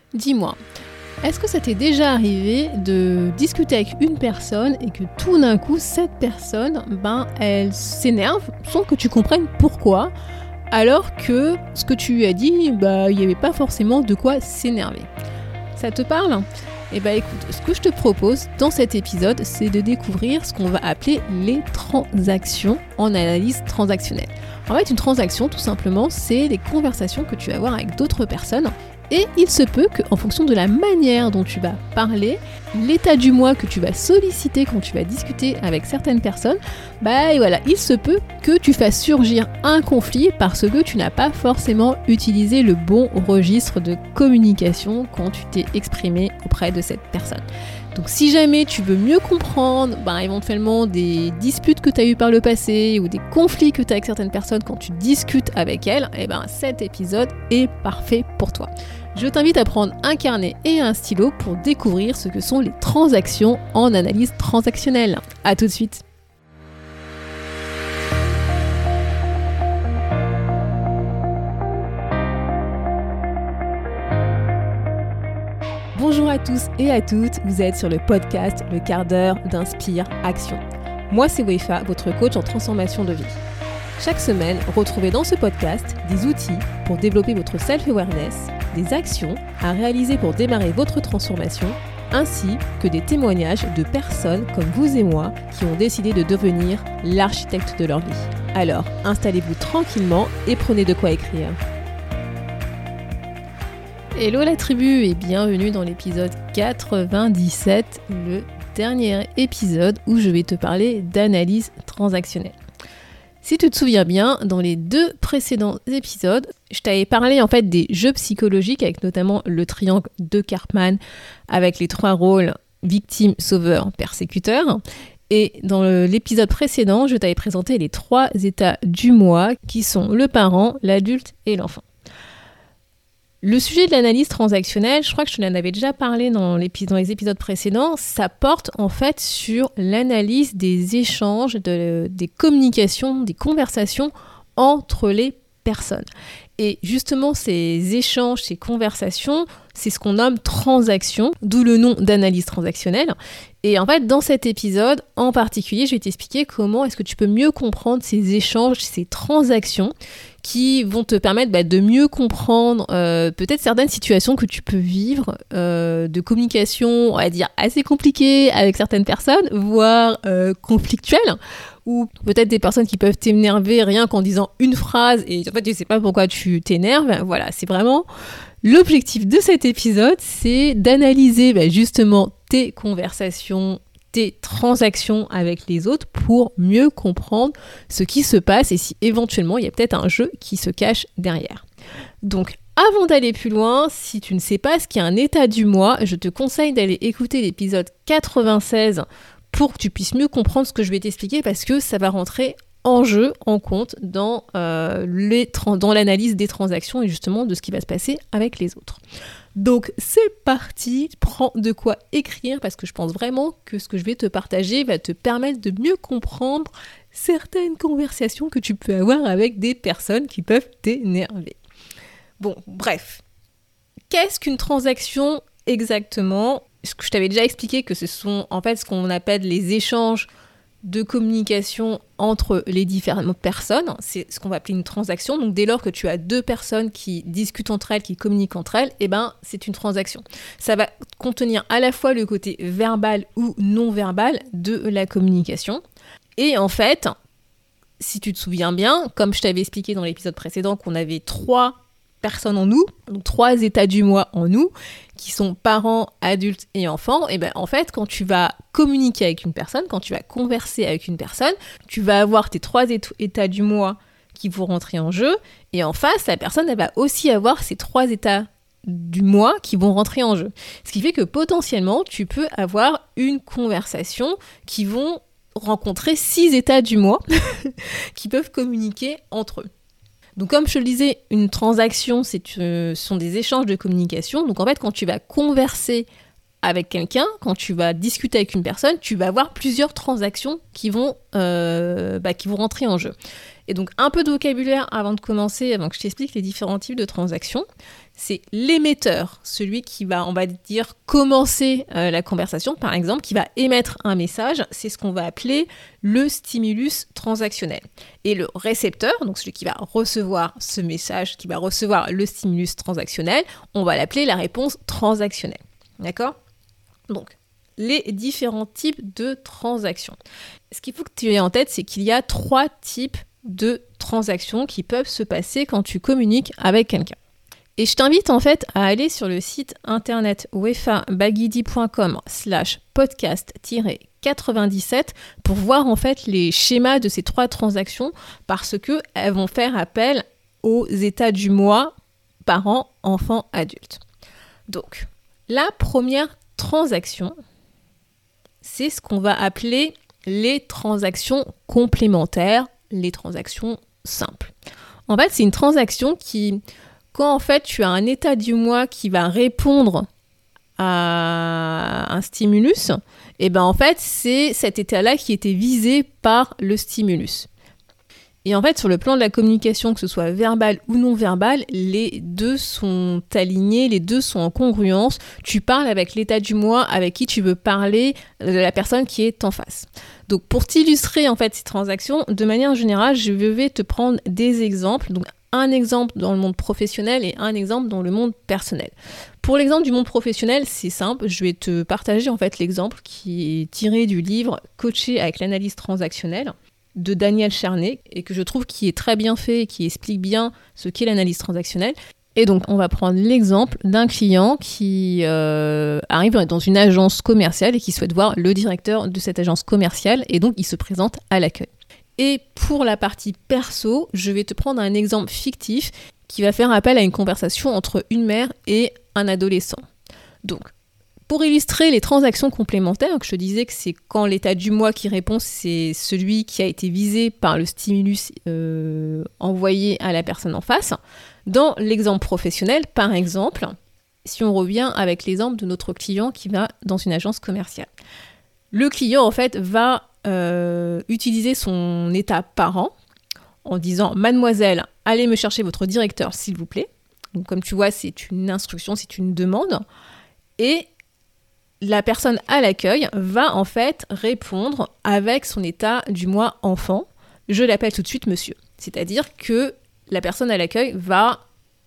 Dis-moi, est-ce que ça t'est déjà arrivé de discuter avec une personne et que tout d'un coup, cette personne, elle s'énerve sans que tu comprennes pourquoi, alors que ce que tu lui as dit, il n'y avait pas forcément de quoi s'énerver. Ça te parle ? Eh bien écoute, ce que je te propose dans cet épisode, c'est de découvrir ce qu'on va appeler les transactions en analyse transactionnelle. En fait, une transaction, tout simplement, c'est des conversations que tu vas avoir avec d'autres personnes. Et il se peut qu'en fonction de la manière dont tu vas parler, l'état du moi que tu vas solliciter quand tu vas discuter avec certaines personnes, il se peut que tu fasses surgir un conflit parce que tu n'as pas forcément utilisé le bon registre de communication quand tu t'es exprimé auprès de cette personne. Donc si jamais tu veux mieux comprendre éventuellement des disputes que tu as eues par le passé ou des conflits que tu as avec certaines personnes quand tu discutes avec elles, cet épisode est parfait pour toi. Je t'invite à prendre un carnet et un stylo pour découvrir ce que sont les transactions en analyse transactionnelle. À tout de suite. Bonjour à tous et à toutes, vous êtes sur le podcast Le quart d'heure d'Inspire Action. Moi c'est Wefa, votre coach en transformation de vie. Chaque semaine, retrouvez dans ce podcast des outils pour développer votre self-awareness, des actions à réaliser pour démarrer votre transformation, ainsi que des témoignages de personnes comme vous et moi qui ont décidé de devenir l'architecte de leur vie. Alors, installez-vous tranquillement et prenez de quoi écrire. Hello la tribu et bienvenue dans l'épisode 97, le dernier épisode où je vais te parler d'analyse transactionnelle. Si tu te souviens bien, dans les 2 précédents épisodes, je t'avais parlé en fait des jeux psychologiques avec notamment le triangle de Karpman avec les 3 rôles victime, sauveur, persécuteur. Et dans l'épisode précédent, je t'avais présenté les 3 états du moi qui sont le parent, l'adulte et l'enfant. Le sujet de l'analyse transactionnelle, je crois que je te l'en avais déjà parlé dans les épisodes précédents, ça porte en fait sur l'analyse des échanges, des communications, des conversations entre les personnes. Et justement, ces échanges, ces conversations, c'est ce qu'on nomme transactions, d'où le nom d'analyse transactionnelle. Et en fait, dans cet épisode en particulier, je vais t'expliquer comment est-ce que tu peux mieux comprendre ces échanges, ces transactions qui vont te permettre de mieux comprendre peut-être certaines situations que tu peux vivre de communication, on va dire, assez compliquées avec certaines personnes, voire conflictuelles, ou peut-être des personnes qui peuvent t'énerver rien qu'en disant une phrase et en fait tu sais pas pourquoi tu t'énerves. Voilà, c'est vraiment l'objectif de cet épisode, c'est d'analyser justement tes conversations, tes transactions avec les autres pour mieux comprendre ce qui se passe et si éventuellement il y a peut-être un jeu qui se cache derrière. Donc avant d'aller plus loin, si tu ne sais pas ce qu'est un état du moi, je te conseille d'aller écouter l'épisode 96 pour que tu puisses mieux comprendre ce que je vais t'expliquer parce que ça va rentrer en jeu, en compte dans l'analyse des transactions et justement de ce qui va se passer avec les autres. Donc c'est parti, prends de quoi écrire parce que je pense vraiment que ce que je vais te partager va te permettre de mieux comprendre certaines conversations que tu peux avoir avec des personnes qui peuvent t'énerver. Bon, bref. Qu'est-ce qu'une transaction exactement ? Ce que je t'avais déjà expliqué que ce sont en fait ce qu'on appelle les échanges de communication entre les différentes personnes, c'est ce qu'on va appeler une transaction. Donc dès lors que tu as 2 personnes qui discutent entre elles, qui communiquent entre elles, c'est une transaction. Ça va contenir à la fois le côté verbal ou non verbal de la communication. Et en fait, si tu te souviens bien, comme je t'avais expliqué dans l'épisode précédent qu'on avait 3 personnes en nous, donc 3 états du moi en nous, qui sont parents, adultes et enfants, et en fait, quand tu vas communiquer avec une personne, quand tu vas converser avec une personne, tu vas avoir tes 3 états du moi qui vont rentrer en jeu, et en face, la personne, elle va aussi avoir ces 3 états du moi qui vont rentrer en jeu. Ce qui fait que potentiellement, tu peux avoir une conversation qui vont rencontrer 6 états du moi qui peuvent communiquer entre eux. Donc comme je te le disais, une transaction, ce sont des échanges de communication. Donc en fait, quand tu vas converser avec quelqu'un, quand tu vas discuter avec une personne, tu vas avoir plusieurs transactions qui vont rentrer en jeu. Et donc, un peu de vocabulaire avant de commencer, avant que je t'explique les différents types de transactions. C'est l'émetteur, celui qui va, on va dire, commencer la conversation, par exemple, qui va émettre un message. C'est ce qu'on va appeler le stimulus transactionnel. Et le récepteur, donc celui qui va recevoir ce message, qui va recevoir le stimulus transactionnel, on va l'appeler la réponse transactionnelle. D'accord ? Donc, les différents types de transactions. Ce qu'il faut que tu aies en tête, c'est qu'il y a 3 types de transactions qui peuvent se passer quand tu communiques avec quelqu'un. Et je t'invite en fait à aller sur le site internet wefabagidi.com/podcast-97 pour voir en fait les schémas de ces 3 transactions parce qu'elles vont faire appel aux états du moi, parent, enfant, adulte. Donc, la première transaction, c'est ce qu'on va appeler les transactions complémentaires, les transactions simples. En fait, c'est une transaction qui, quand en fait tu as un état du moi qui va répondre à un stimulus, et ben en fait c'est cet état-là qui était visé par le stimulus. Et en fait, sur le plan de la communication, que ce soit verbal ou non verbal, les deux sont alignés, les deux sont en congruence. Tu parles avec l'état du moi avec qui tu veux parler de la personne qui est en face. Donc, pour t'illustrer en fait ces transactions, de manière générale, je vais te prendre des exemples. Donc, un exemple dans le monde professionnel et un exemple dans le monde personnel. Pour l'exemple du monde professionnel, c'est simple. Je vais te partager en fait l'exemple qui est tiré du livre « Coacher avec l'analyse transactionnelle » de Daniel Charnet, et que je trouve qui est très bien fait et qui explique bien ce qu'est l'analyse transactionnelle. Et donc, on va prendre l'exemple d'un client qui arrive dans une agence commerciale et qui souhaite voir le directeur de cette agence commerciale, et donc il se présente à l'accueil. Et pour la partie perso, je vais te prendre un exemple fictif qui va faire appel à une conversation entre une mère et un adolescent. Donc, pour illustrer les transactions complémentaires, que je te disais que c'est quand l'état du moi qui répond, c'est celui qui a été visé par le stimulus envoyé à la personne en face. Dans l'exemple professionnel, par exemple, si on revient avec l'exemple de notre client qui va dans une agence commerciale. Le client, en fait, va utiliser son état parent en disant « Mademoiselle, allez me chercher votre directeur, s'il vous plaît ». Donc, comme tu vois, c'est une instruction, c'est une demande. Et la personne à l'accueil va en fait répondre avec son état du moi enfant. Je l'appelle tout de suite monsieur. C'est-à-dire que la personne à l'accueil va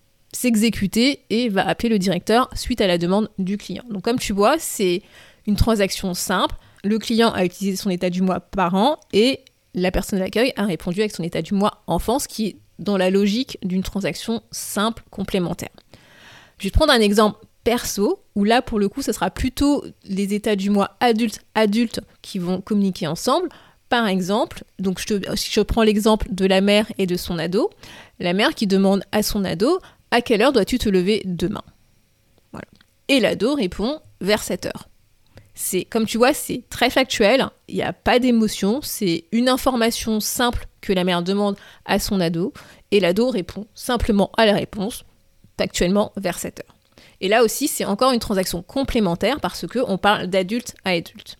s'exécuter et va appeler le directeur suite à la demande du client. Donc comme tu vois, c'est une transaction simple. Le client a utilisé son état du moi parent et la personne à l'accueil a répondu avec son état du moi enfant, ce qui est dans la logique d'une transaction simple complémentaire. Je vais te prendre un exemple perso, où là, pour le coup, ce sera plutôt les états du moi adulte qui vont communiquer ensemble. Par exemple, donc je prends l'exemple de la mère et de son ado. La mère qui demande à son ado « À quelle heure dois-tu te lever demain ?» Voilà. Et l'ado répond « Vers 7 heures ». C'est, comme tu vois, c'est très factuel, il n'y a pas d'émotion, c'est une information simple que la mère demande à son ado, et l'ado répond simplement à la réponse, factuellement, vers 7 heures. Et là aussi, c'est encore une transaction complémentaire parce qu'on parle d'adulte à adulte.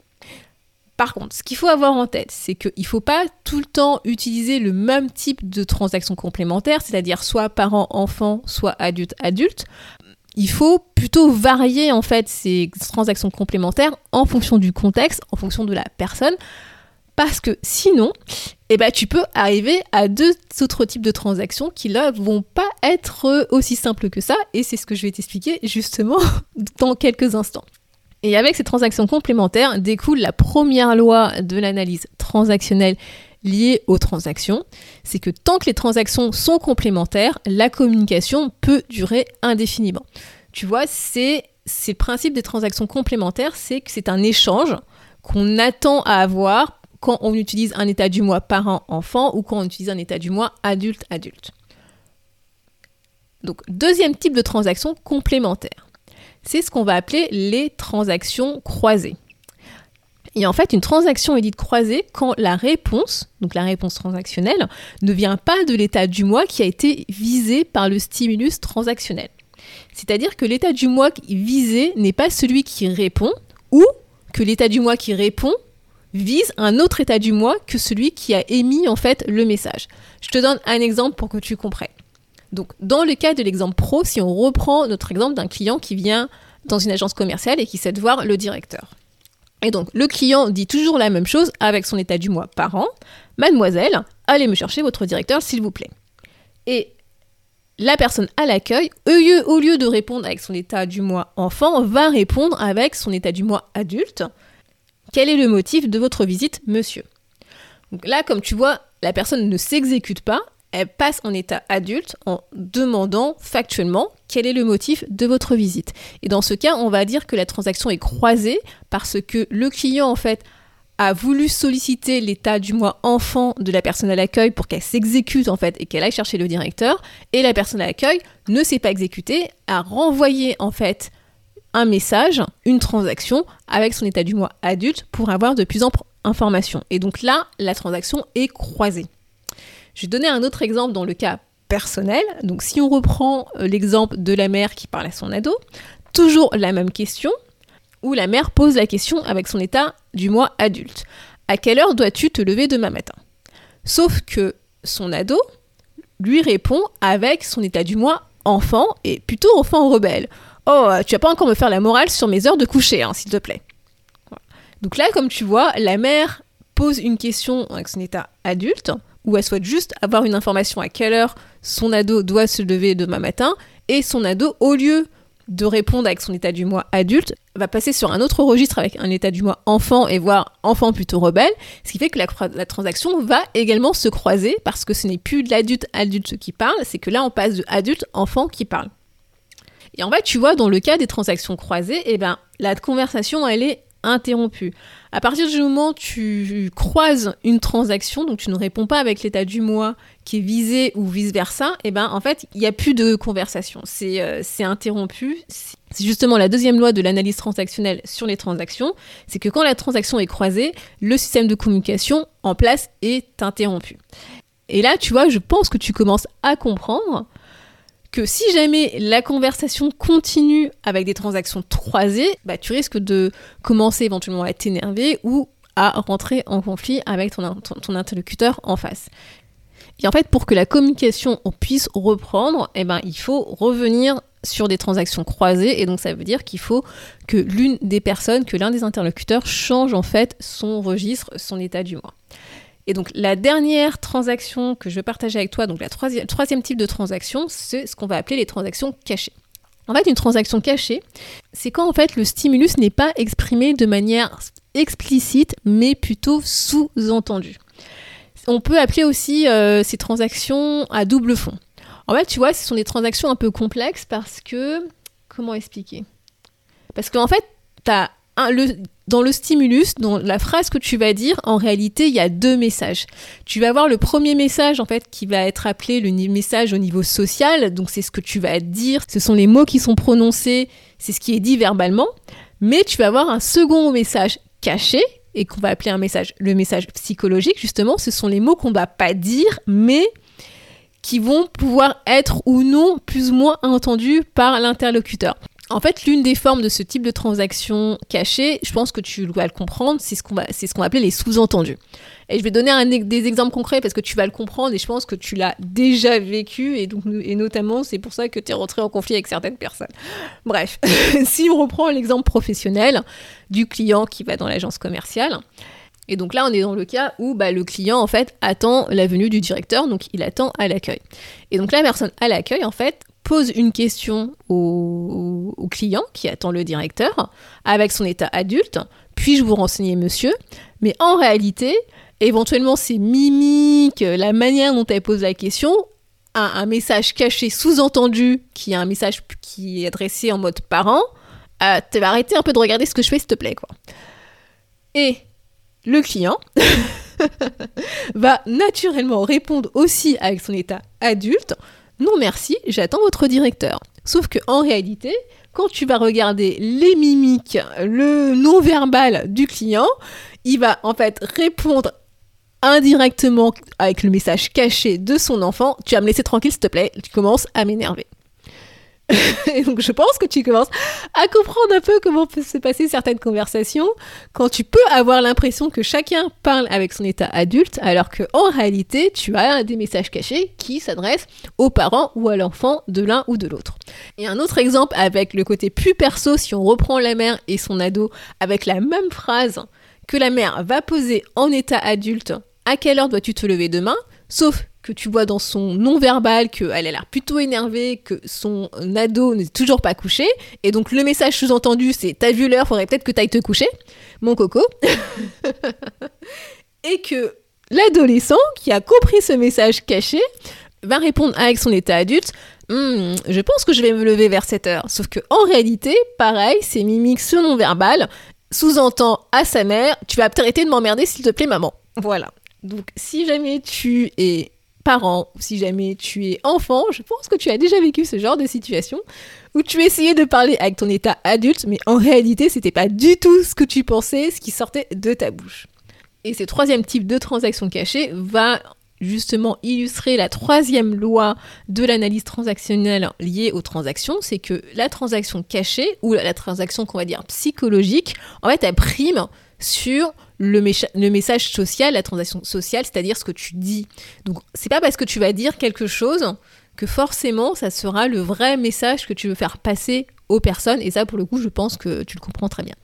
Par contre, ce qu'il faut avoir en tête, c'est qu'il ne faut pas tout le temps utiliser le même type de transaction complémentaire, c'est-à-dire soit parent-enfant, soit adulte-adulte. Il faut plutôt varier en fait ces transactions complémentaires en fonction du contexte, en fonction de la personne, parce que sinon, tu peux arriver à 2 autres types de transactions qui là vont pas être aussi simples que ça, et c'est ce que je vais t'expliquer justement dans quelques instants. Et avec ces transactions complémentaires découle la première loi de l'analyse transactionnelle liée aux transactions, c'est que tant que les transactions sont complémentaires, la communication peut durer indéfiniment. Tu vois, c'est le principe des transactions complémentaires, c'est que c'est un échange qu'on attend à avoir quand on utilise un état du moi parent-enfant ou quand on utilise un état du moi adulte-adulte. Donc, deuxième type de transaction complémentaire, c'est ce qu'on va appeler les transactions croisées. Et en fait, une transaction est dite croisée quand la réponse, donc la réponse transactionnelle, ne vient pas de l'état du moi qui a été visé par le stimulus transactionnel. C'est-à-dire que l'état du moi visé n'est pas celui qui répond, ou que l'état du moi qui répond vise un autre état du moi que celui qui a émis en fait le message. Je te donne un exemple pour que tu comprennes. Donc, dans le cas de l'exemple pro, si on reprend notre exemple d'un client qui vient dans une agence commerciale et qui souhaite voir le directeur. Et donc, le client dit toujours la même chose avec son état du moi parent. Mademoiselle, allez me chercher votre directeur, s'il vous plaît. Et la personne à l'accueil, au lieu de répondre avec son état du moi enfant, va répondre avec son état du moi adulte. Quel est le motif de votre visite, monsieur ? Donc là, comme tu vois, la personne ne s'exécute pas, elle passe en état adulte en demandant factuellement quel est le motif de votre visite. Et dans ce cas, on va dire que la transaction est croisée parce que le client, en fait, a voulu solliciter l'état du moi enfant de la personne à l'accueil pour qu'elle s'exécute, en fait, et qu'elle aille chercher le directeur. Et la personne à l'accueil ne s'est pas exécutée, a renvoyé, en fait, un message, une transaction avec son état du moi adulte pour avoir de plus amples informations. Et donc là, la transaction est croisée. Je vais donner un autre exemple dans le cas personnel. Donc si on reprend l'exemple de la mère qui parle à son ado, toujours la même question, où la mère pose la question avec son état du moi adulte. À quelle heure dois-tu te lever demain matin ? Sauf que son ado lui répond avec son état du moi enfant, et plutôt enfant rebelle. Oh, tu vas pas encore me faire la morale sur mes heures de coucher, hein, s'il te plaît. Voilà. Donc là, comme tu vois, la mère pose une question avec son état adulte, où elle souhaite juste avoir une information à quelle heure son ado doit se lever demain matin, et son ado, au lieu de répondre avec son état du moi adulte, va passer sur un autre registre avec un état du moi enfant, et voire enfant plutôt rebelle, ce qui fait que la transaction va également se croiser, parce que ce n'est plus de l'adulte qui parle, c'est que là on passe de adulte-enfant qui parle. Et en fait, tu vois, dans le cas des transactions croisées, la conversation, elle est interrompue. À partir du moment où tu croises une transaction, donc tu ne réponds pas avec l'état du moi qui est visé ou vice-versa, en fait, il n'y a plus de conversation. C'est interrompu. C'est justement la deuxième loi de l'analyse transactionnelle sur les transactions, c'est que quand la transaction est croisée, le système de communication en place est interrompu. Et là, tu vois, je pense que tu commences à comprendre que si jamais la conversation continue avec des transactions croisées, tu risques de commencer éventuellement à t'énerver ou à rentrer en conflit avec ton interlocuteur en face. Et en fait, pour que la communication puisse reprendre, il faut revenir sur des transactions croisées, et donc ça veut dire qu'il faut que l'un des interlocuteurs change en fait son registre, son état du moi. Et donc, la dernière transaction que je vais partager avec toi, donc le troisième type de transaction, c'est ce qu'on va appeler les transactions cachées. En fait, une transaction cachée, c'est quand en fait le stimulus n'est pas exprimé de manière explicite, mais plutôt sous-entendu. On peut appeler aussi ces transactions à double fond. En fait, tu vois, ce sont des transactions un peu complexes parce que... Comment expliquer ? Parce qu'en fait, dans le stimulus, dans la phrase que tu vas dire, en réalité, il y a deux messages. Tu vas avoir le premier message, en fait, qui va être appelé le message au niveau social. Donc, c'est ce que tu vas dire. Ce sont les mots qui sont prononcés. C'est ce qui est dit verbalement. Mais tu vas avoir un second message caché et qu'on va appeler le message psychologique. Justement, ce sont les mots qu'on ne va pas dire, mais qui vont pouvoir être ou non plus ou moins entendus par l'interlocuteur. En fait, l'une des formes de ce type de transaction cachée, je pense que tu dois le comprendre, c'est ce qu'on va appeler les sous-entendus. Et je vais donner des exemples concrets parce que tu vas le comprendre et je pense que tu l'as déjà vécu et notamment c'est pour ça que tu es rentré en conflit avec certaines personnes. Bref, si on reprend l'exemple professionnel du client qui va dans l'agence commerciale, et donc là on est dans le cas où le client en fait attend la venue du directeur, donc il attend à l'accueil. Et donc la personne à l'accueil en fait pose une question au client qui attend le directeur avec son état adulte. Puis-je vous renseigner, monsieur ? Mais en réalité, éventuellement, ses mimiques, la manière dont elle pose la question, un message caché sous-entendu qui est un message qui est adressé en mode parent. Tu vas arrêter un peu de regarder ce que je fais, s'il te plaît, quoi. Et le client va naturellement répondre aussi avec son état adulte. Non merci, j'attends votre directeur. Sauf qu'en réalité, quand tu vas regarder les mimiques, le non-verbal du client, il va en fait répondre indirectement avec le message caché de son enfant. Tu vas me laisser tranquille s'il te plaît, tu commences à m'énerver. Et donc je pense que tu commences à comprendre un peu comment peut se passer certaines conversations quand tu peux avoir l'impression que chacun parle avec son état adulte, alors qu'en réalité, tu as des messages cachés qui s'adressent aux parents ou à l'enfant de l'un ou de l'autre. Et un autre exemple avec le côté plus perso, si on reprend la mère et son ado avec la même phrase que la mère va poser en état adulte, à quelle heure dois-tu te lever demain, sauf que tu vois dans son non-verbal qu'elle a l'air plutôt énervée, que son ado n'est toujours pas couché, et donc le message sous-entendu c'est « t'as vu l'heure, faudrait peut-être que t'ailles te coucher, mon coco », et que l'adolescent qui a compris ce message caché va répondre avec son état adulte « je pense que je vais me lever vers 7 heures », sauf que en réalité, pareil, c'est mimique ce non-verbal, sous-entend à sa mère « tu vas peut-être arrêter de m'emmerder s'il te plaît maman ». Voilà. Donc si jamais tu es parent, ou si jamais tu es enfant, je pense que tu as déjà vécu ce genre de situation où tu essayais de parler avec ton état adulte, mais en réalité, c'était pas du tout ce que tu pensais, ce qui sortait de ta bouche. Et ce troisième type de transaction cachée va justement illustrer la troisième loi de l'analyse transactionnelle liée aux transactions, c'est que la transaction cachée, ou la transaction qu'on va dire psychologique, en fait, elle prime sur le message social, la transaction sociale, c'est-à-dire ce que tu dis. Donc, c'est pas parce que tu vas dire quelque chose que forcément, ça sera le vrai message que tu veux faire passer aux personnes. Et ça, pour le coup, je pense que tu le comprends très bien.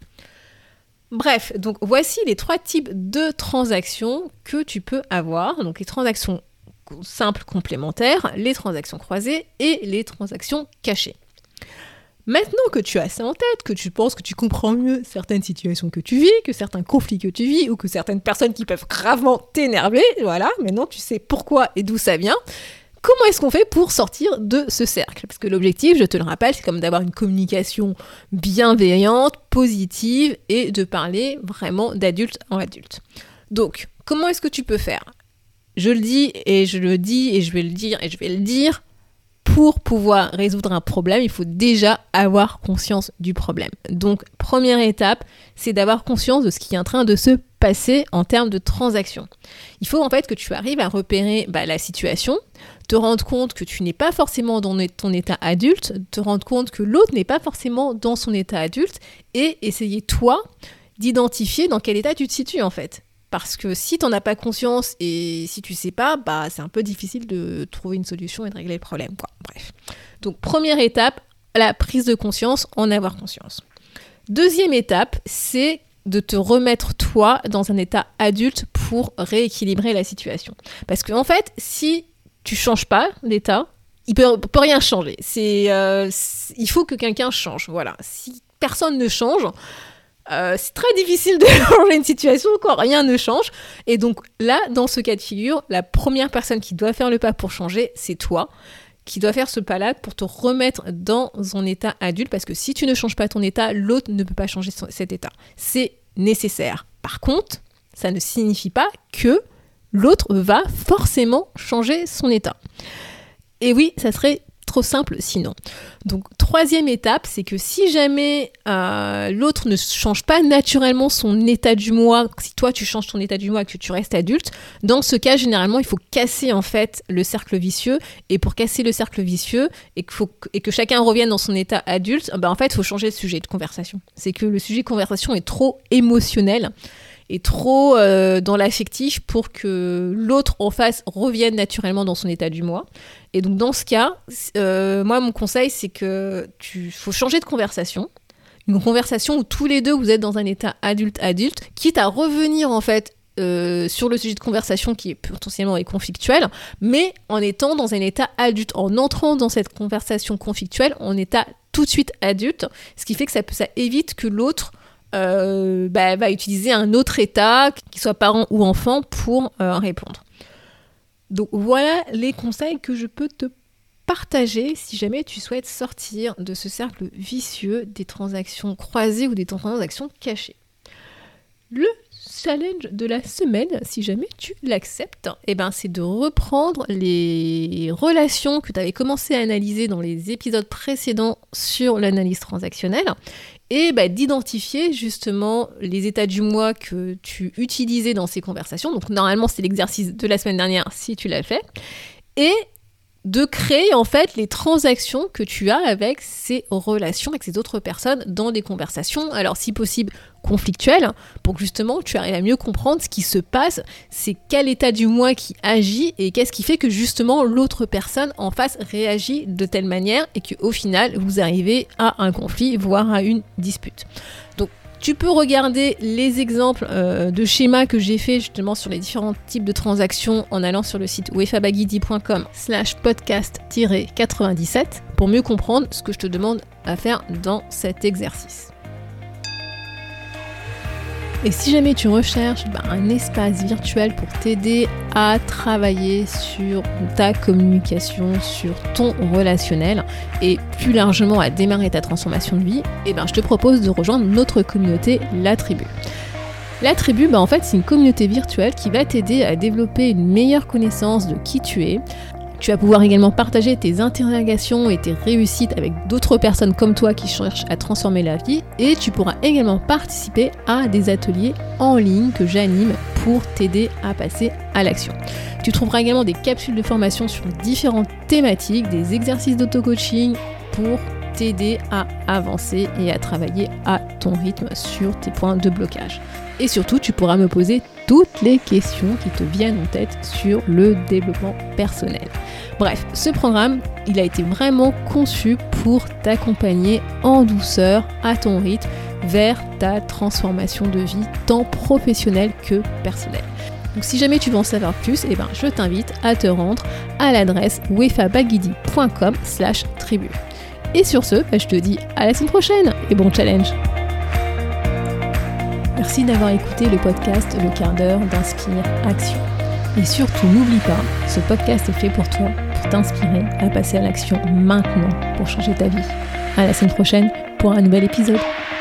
Bref, donc voici les 3 types de transactions que tu peux avoir. Donc, les transactions simples complémentaires, les transactions croisées et les transactions cachées. Maintenant que tu as ça en tête, que tu penses que tu comprends mieux certaines situations que tu vis, que certains conflits que tu vis, ou que certaines personnes qui peuvent gravement t'énerver, voilà, maintenant tu sais pourquoi et d'où ça vient, comment est-ce qu'on fait pour sortir de ce cercle ? Parce que l'objectif, je te le rappelle, c'est comme d'avoir une communication bienveillante, positive, et de parler vraiment d'adulte en adulte. Donc, comment est-ce que tu peux faire ? Je le dis, et je le dis, et je vais le dire, et je vais le dire, pour pouvoir résoudre un problème, il faut déjà avoir conscience du problème. Donc, première étape, c'est d'avoir conscience de ce qui est en train de se passer en termes de transaction. Il faut en fait que tu arrives à repérer la situation, te rendre compte que tu n'es pas forcément dans ton état adulte, te rendre compte que l'autre n'est pas forcément dans son état adulte, et essayer toi d'identifier dans quel état tu te situes en fait. Parce que si t'en as pas conscience et si tu sais pas, c'est un peu difficile de trouver une solution et de régler le problème, quoi. Bref. Donc, première étape, la prise de conscience, en avoir conscience. Deuxième étape, c'est de te remettre toi dans un état adulte pour rééquilibrer la situation. Parce qu'en fait, si tu changes pas d'état, il peut rien changer. Il faut que quelqu'un change, voilà. Si personne ne change, c'est très difficile de changer une situation quand rien ne change. Et donc là, dans ce cas de figure, la première personne qui doit faire le pas pour changer, c'est toi, qui doit faire ce pas-là pour te remettre dans un état adulte. Parce que si tu ne changes pas ton état, l'autre ne peut pas changer cet état. C'est nécessaire. Par contre, ça ne signifie pas que l'autre va forcément changer son état. Et oui, ça serait trop simple sinon. Donc, troisième étape, c'est que si jamais l'autre ne change pas naturellement son état du moi, si toi tu changes ton état du moi et que tu restes adulte, dans ce cas, généralement, il faut casser en fait le cercle vicieux. Et pour casser le cercle vicieux et que chacun revienne dans son état adulte, en fait, il faut changer le sujet de conversation. C'est que le sujet de conversation est trop émotionnel et trop dans l'affectif pour que l'autre en face revienne naturellement dans son état du moi. Et donc dans ce cas, moi mon conseil c'est que faut changer de conversation. Une conversation où tous les deux vous êtes dans un état adulte, quitte à revenir en fait sur le sujet de conversation qui est potentiellement conflictuel, mais en étant dans un état adulte, en entrant dans cette conversation conflictuelle en état tout de suite adulte, ce qui fait que ça évite que l'autre va utiliser un autre état, qu'il soit parent ou enfant, pour répondre. Donc voilà les conseils que je peux te partager si jamais tu souhaites sortir de ce cercle vicieux des transactions croisées ou des transactions cachées. Le challenge de la semaine, si jamais tu l'acceptes, c'est de reprendre les relations que tu avais commencé à analyser dans les épisodes précédents sur l'analyse transactionnelle et d'identifier justement les états du moi que tu utilisais dans ces conversations. Donc normalement, c'est l'exercice de la semaine dernière si tu l'as fait. Et de créer en fait les transactions que tu as avec ces relations, avec ces autres personnes dans des conversations, alors si possible conflictuelles, pour que justement tu arrives à mieux comprendre ce qui se passe, c'est quel état du moi qui agit et qu'est-ce qui fait que justement l'autre personne en face réagit de telle manière et qu'au final vous arrivez à un conflit, voire à une dispute. Donc tu peux regarder les exemples de schémas que j'ai fait justement sur les différents types de transactions en allant sur le site wefabagidi.com/podcast-97 pour mieux comprendre ce que je te demande à faire dans cet exercice. Et si jamais tu recherches un espace virtuel pour t'aider à travailler sur ta communication, sur ton relationnel et plus largement à démarrer ta transformation de vie, je te propose de rejoindre notre communauté, La Tribu. La Tribu, en fait, c'est une communauté virtuelle qui va t'aider à développer une meilleure connaissance de qui tu es. Tu vas pouvoir également partager tes interrogations et tes réussites avec d'autres personnes comme toi qui cherchent à transformer la vie et tu pourras également participer à des ateliers en ligne que j'anime pour t'aider à passer à l'action. Tu trouveras également des capsules de formation sur différentes thématiques, des exercices d'auto-coaching pour t'aider à avancer et à travailler à ton rythme sur tes points de blocage. Et surtout, tu pourras me poser toutes les questions qui te viennent en tête sur le développement personnel. Bref, ce programme, il a été vraiment conçu pour t'accompagner en douceur, à ton rythme, vers ta transformation de vie, tant professionnelle que personnelle. Donc si jamais tu veux en savoir plus, je t'invite à te rendre à l'adresse wefabagidi.com/tribu. Et sur ce, je te dis à la semaine prochaine et bon challenge. Merci d'avoir écouté le podcast Le quart d'heure d'Inspire Action. Et surtout, n'oublie pas, ce podcast est fait pour toi, pour t'inspirer à passer à l'action maintenant pour changer ta vie. À la semaine prochaine pour un nouvel épisode.